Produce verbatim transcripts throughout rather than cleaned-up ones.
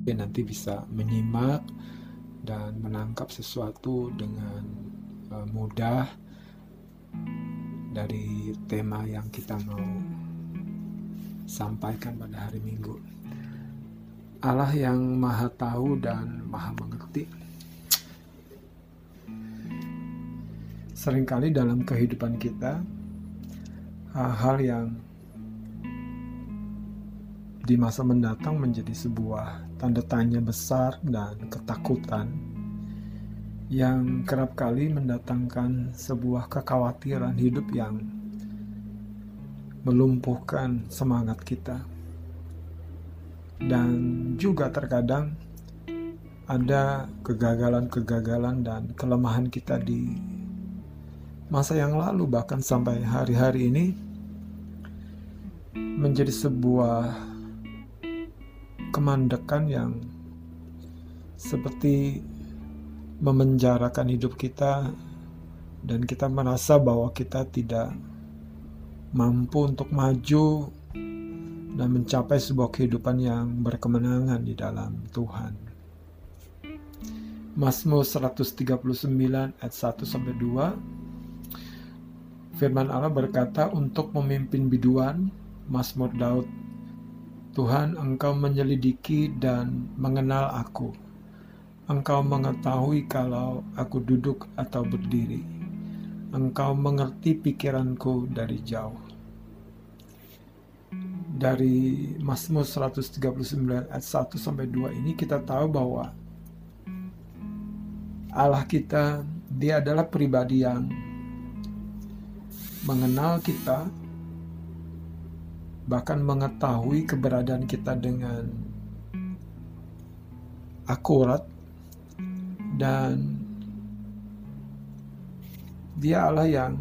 nanti bisa menyimak dan menangkap sesuatu dengan uh, mudah dari tema yang kita mau sampaikan pada hari Minggu. Allah yang maha tahu dan maha mengerti. Seringkali dalam kehidupan kita, hal-hal yang di masa mendatang menjadi sebuah tanda tanya besar dan ketakutan yang kerap kali mendatangkan sebuah kekhawatiran hidup yang melumpuhkan semangat kita. Dan juga terkadang ada kegagalan-kegagalan dan kelemahan kita di masa yang lalu, bahkan sampai hari-hari ini menjadi sebuah kemandekan yang seperti memenjarakan hidup kita, dan kita merasa bahwa kita tidak mampu untuk maju dan mencapai sebuah kehidupan yang berkemenangan di dalam Tuhan. Mazmur seratus tiga puluh sembilan ayat satu sampai dua, firman Allah berkata, untuk memimpin biduan, Mazmur Daud, Tuhan, Engkau menyelidiki dan mengenal aku. Engkau mengetahui kalau aku duduk atau berdiri. Engkau mengerti pikiranku dari jauh. Dari Mazmur seratus tiga puluh sembilan ayat satu sampai dua ini kita tahu bahwa Allah kita, Dia adalah pribadi yang mengenal kita, bahkan mengetahui keberadaan kita dengan akurat, dan Dia Allah yang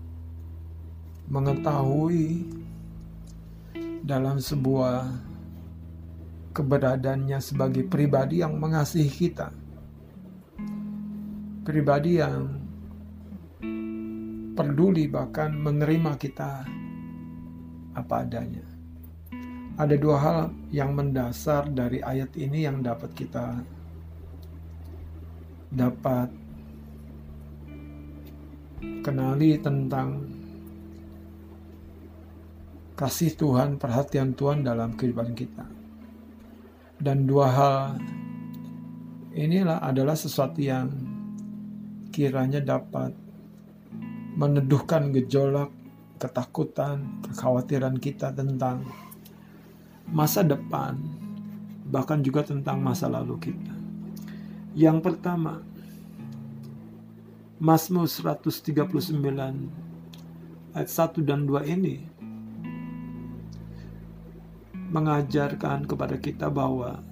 mengetahui dalam sebuah keberadaannya sebagai pribadi yang mengasihi kita, pribadi yang peduli bahkan menerima kita apa adanya. Ada dua hal yang mendasar dari ayat ini yang dapat kita dapat kenali tentang kasih Tuhan, perhatian Tuhan dalam kehidupan kita. Dan dua hal inilah adalah sesuatu yang kiranya dapat meneduhkan gejolak, ketakutan, kekhawatiran kita tentang masa depan, bahkan juga tentang masa lalu kita. Yang pertama, Mazmur seratus tiga puluh sembilan ayat satu dan dua ini mengajarkan kepada kita bahwa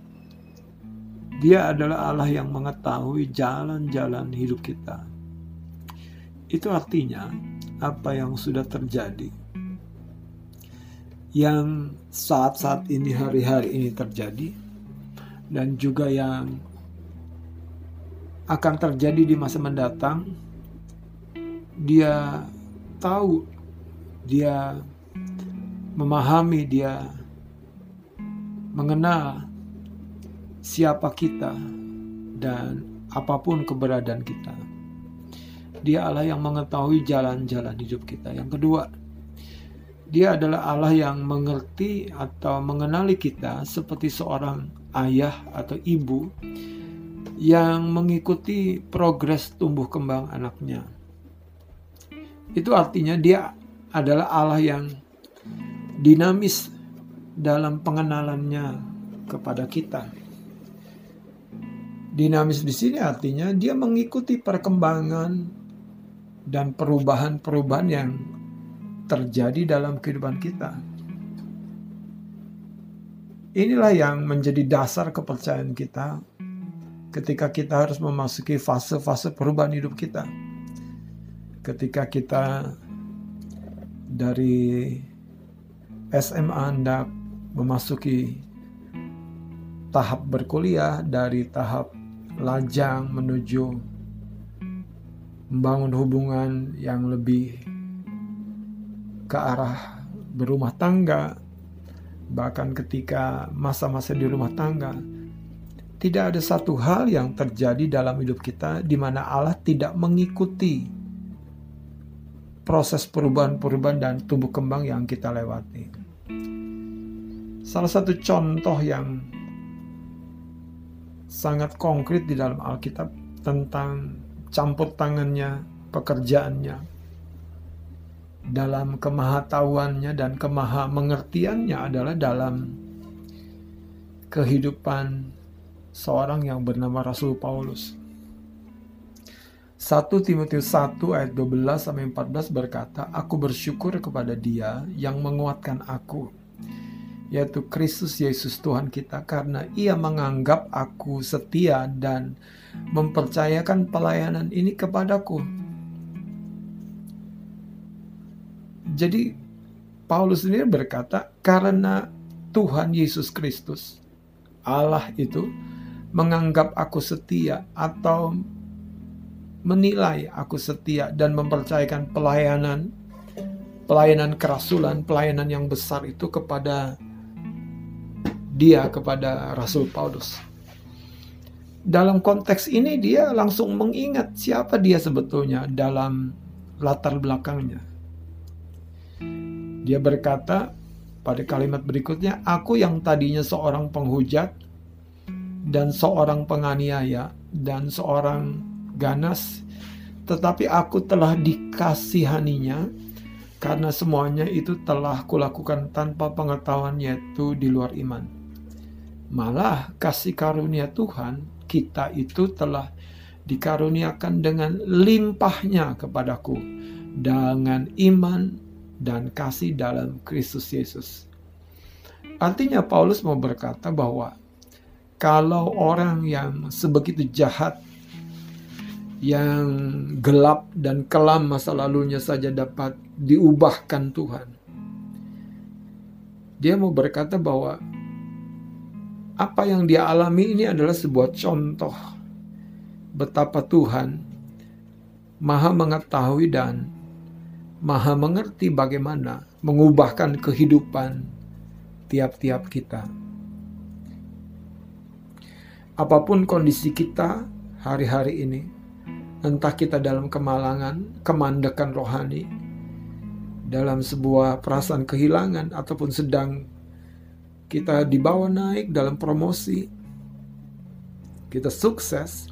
Dia adalah Allah yang mengetahui jalan-jalan hidup kita. Itu artinya apa yang sudah terjadi, yang saat-saat ini, hari-hari ini terjadi, dan juga yang akan terjadi di masa mendatang, Dia tahu, Dia memahami, Dia mengenal siapa kita dan apapun keberadaan kita. Dia Allah yang mengetahui jalan-jalan hidup kita. Yang kedua, Dia adalah Allah yang mengerti atau mengenali kita seperti seorang ayah atau ibu yang mengikuti progres tumbuh kembang anaknya. Itu artinya Dia adalah Allah yang dinamis dalam pengenalannya kepada kita. Dinamis di sini artinya Dia mengikuti perkembangan dan perubahan-perubahan yang terjadi dalam kehidupan kita. Inilah yang menjadi dasar kepercayaan kita ketika kita harus memasuki fase-fase perubahan hidup kita. Ketika kita dari S M A hendak memasuki tahap berkuliah, dari tahap lajang menuju membangun hubungan yang lebih ke arah berumah tangga, bahkan ketika masa-masa di rumah tangga, tidak ada satu hal yang terjadi dalam hidup kita di mana Allah tidak mengikuti proses perubahan-perubahan dan tumbuh kembang yang kita lewati. Salah satu contoh yang sangat konkret di dalam Alkitab tentang campur tangannya, pekerjaannya, dalam kemahatauannya dan kemahamengertiannya adalah dalam kehidupan seorang yang bernama Rasul Paulus. satu Timotius satu ayat dua belas sampai empat belas berkata, "Aku bersyukur kepada Dia yang menguatkan aku, yaitu Kristus Yesus Tuhan kita, karena Ia menganggap aku setia dan mempercayakan pelayanan ini kepadaku." Jadi Paulus sendiri berkata, karena Tuhan Yesus Kristus, Allah itu menganggap aku setia atau menilai aku setia dan mempercayakan pelayanan pelayanan kerasulan, pelayanan yang besar itu kepada dia, kepada Rasul Paulus. Dalam konteks ini dia langsung mengingat siapa dia sebetulnya dalam latar belakangnya. Dia berkata pada kalimat berikutnya, "Aku yang tadinya seorang penghujat dan seorang penganiaya dan seorang ganas, tetapi aku telah dikasihaninya karena semuanya itu telah kulakukan tanpa pengetahuan, yaitu di luar iman. Malah kasih karunia Tuhan kita itu telah dikaruniakan dengan limpahnya kepadaku dengan iman dan kasih dalam Kristus Yesus." Artinya Paulus mau berkata bahwa kalau orang yang sebegitu jahat, yang gelap dan kelam masa lalunya saja dapat diubahkan Tuhan, dia mau berkata bahwa apa yang dia alami ini adalah sebuah contoh betapa Tuhan maha mengetahui dan maha mengerti bagaimana mengubahkan kehidupan tiap-tiap kita. Apapun kondisi kita hari-hari ini, entah kita dalam kemalangan, kemandekan rohani, dalam sebuah perasaan kehilangan, ataupun sedang kita dibawa naik dalam promosi, kita sukses,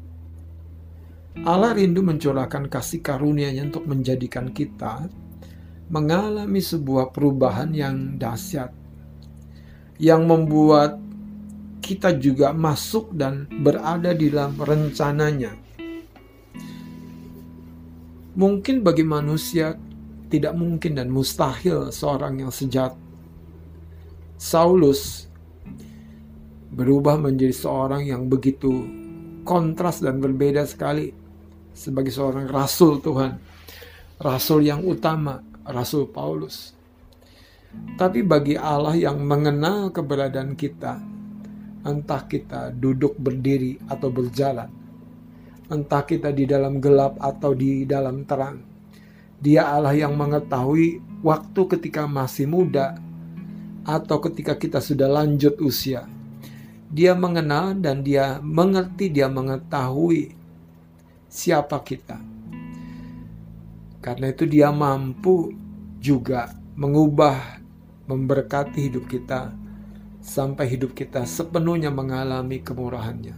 Allah rindu mencurahkan kasih karunia-Nya untuk menjadikan kita mengalami sebuah perubahan yang dahsyat, yang membuat kita juga masuk dan berada di dalam rencananya. Mungkin bagi manusia tidak mungkin dan mustahil seorang yang sejat Saulus berubah menjadi seorang yang begitu kontras dan berbeda sekali sebagai seorang rasul Tuhan, rasul yang utama, Rasul Paulus. Tapi bagi Allah yang mengenal keberadaan kita, entah kita duduk berdiri atau berjalan, entah kita di dalam gelap atau di dalam terang, Dia Allah yang mengetahui waktu ketika masih muda atau ketika kita sudah lanjut usia. Dia mengenal dan Dia mengerti, Dia mengetahui siapa kita. Karena itu Dia mampu juga mengubah, memberkati hidup kita sampai hidup kita sepenuhnya mengalami kemurahan-Nya.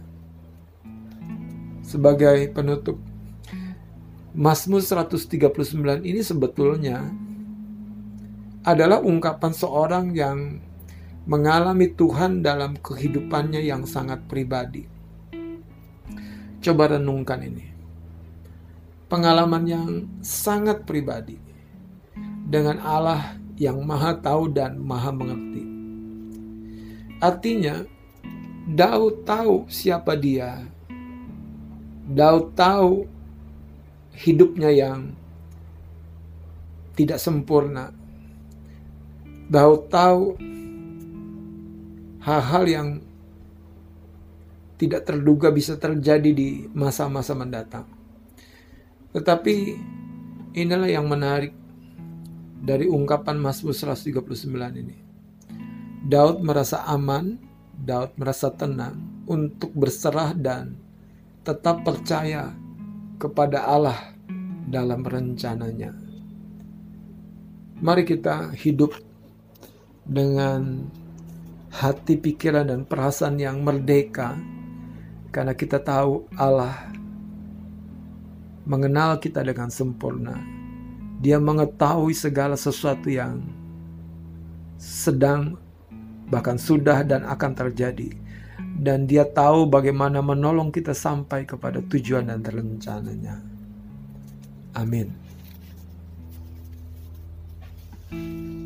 Sebagai penutup, Mazmur seratus tiga puluh sembilan ini sebetulnya adalah ungkapan seorang yang mengalami Tuhan dalam kehidupannya yang sangat pribadi. Coba renungkan ini. Pengalaman yang sangat pribadi dengan Allah yang maha tahu dan maha mengerti. Artinya, Daud tahu siapa dia. Daud tahu hidupnya yang tidak sempurna. Daud tahu hal-hal yang tidak terduga bisa terjadi di masa-masa mendatang. Tetapi inilah yang menarik dari ungkapan Mazmur seratus tiga puluh sembilan ini. Daud merasa aman, Daud merasa tenang untuk berserah dan tetap percaya kepada Allah dalam rencananya. Mari kita hidup dengan hati, pikiran, dan perasaan yang merdeka, karena kita tahu Allah mengenal kita dengan sempurna. Dia mengetahui segala sesuatu yang sedang, bahkan sudah dan akan terjadi. Dan Dia tahu bagaimana menolong kita sampai kepada tujuan dan rencananya. Amin.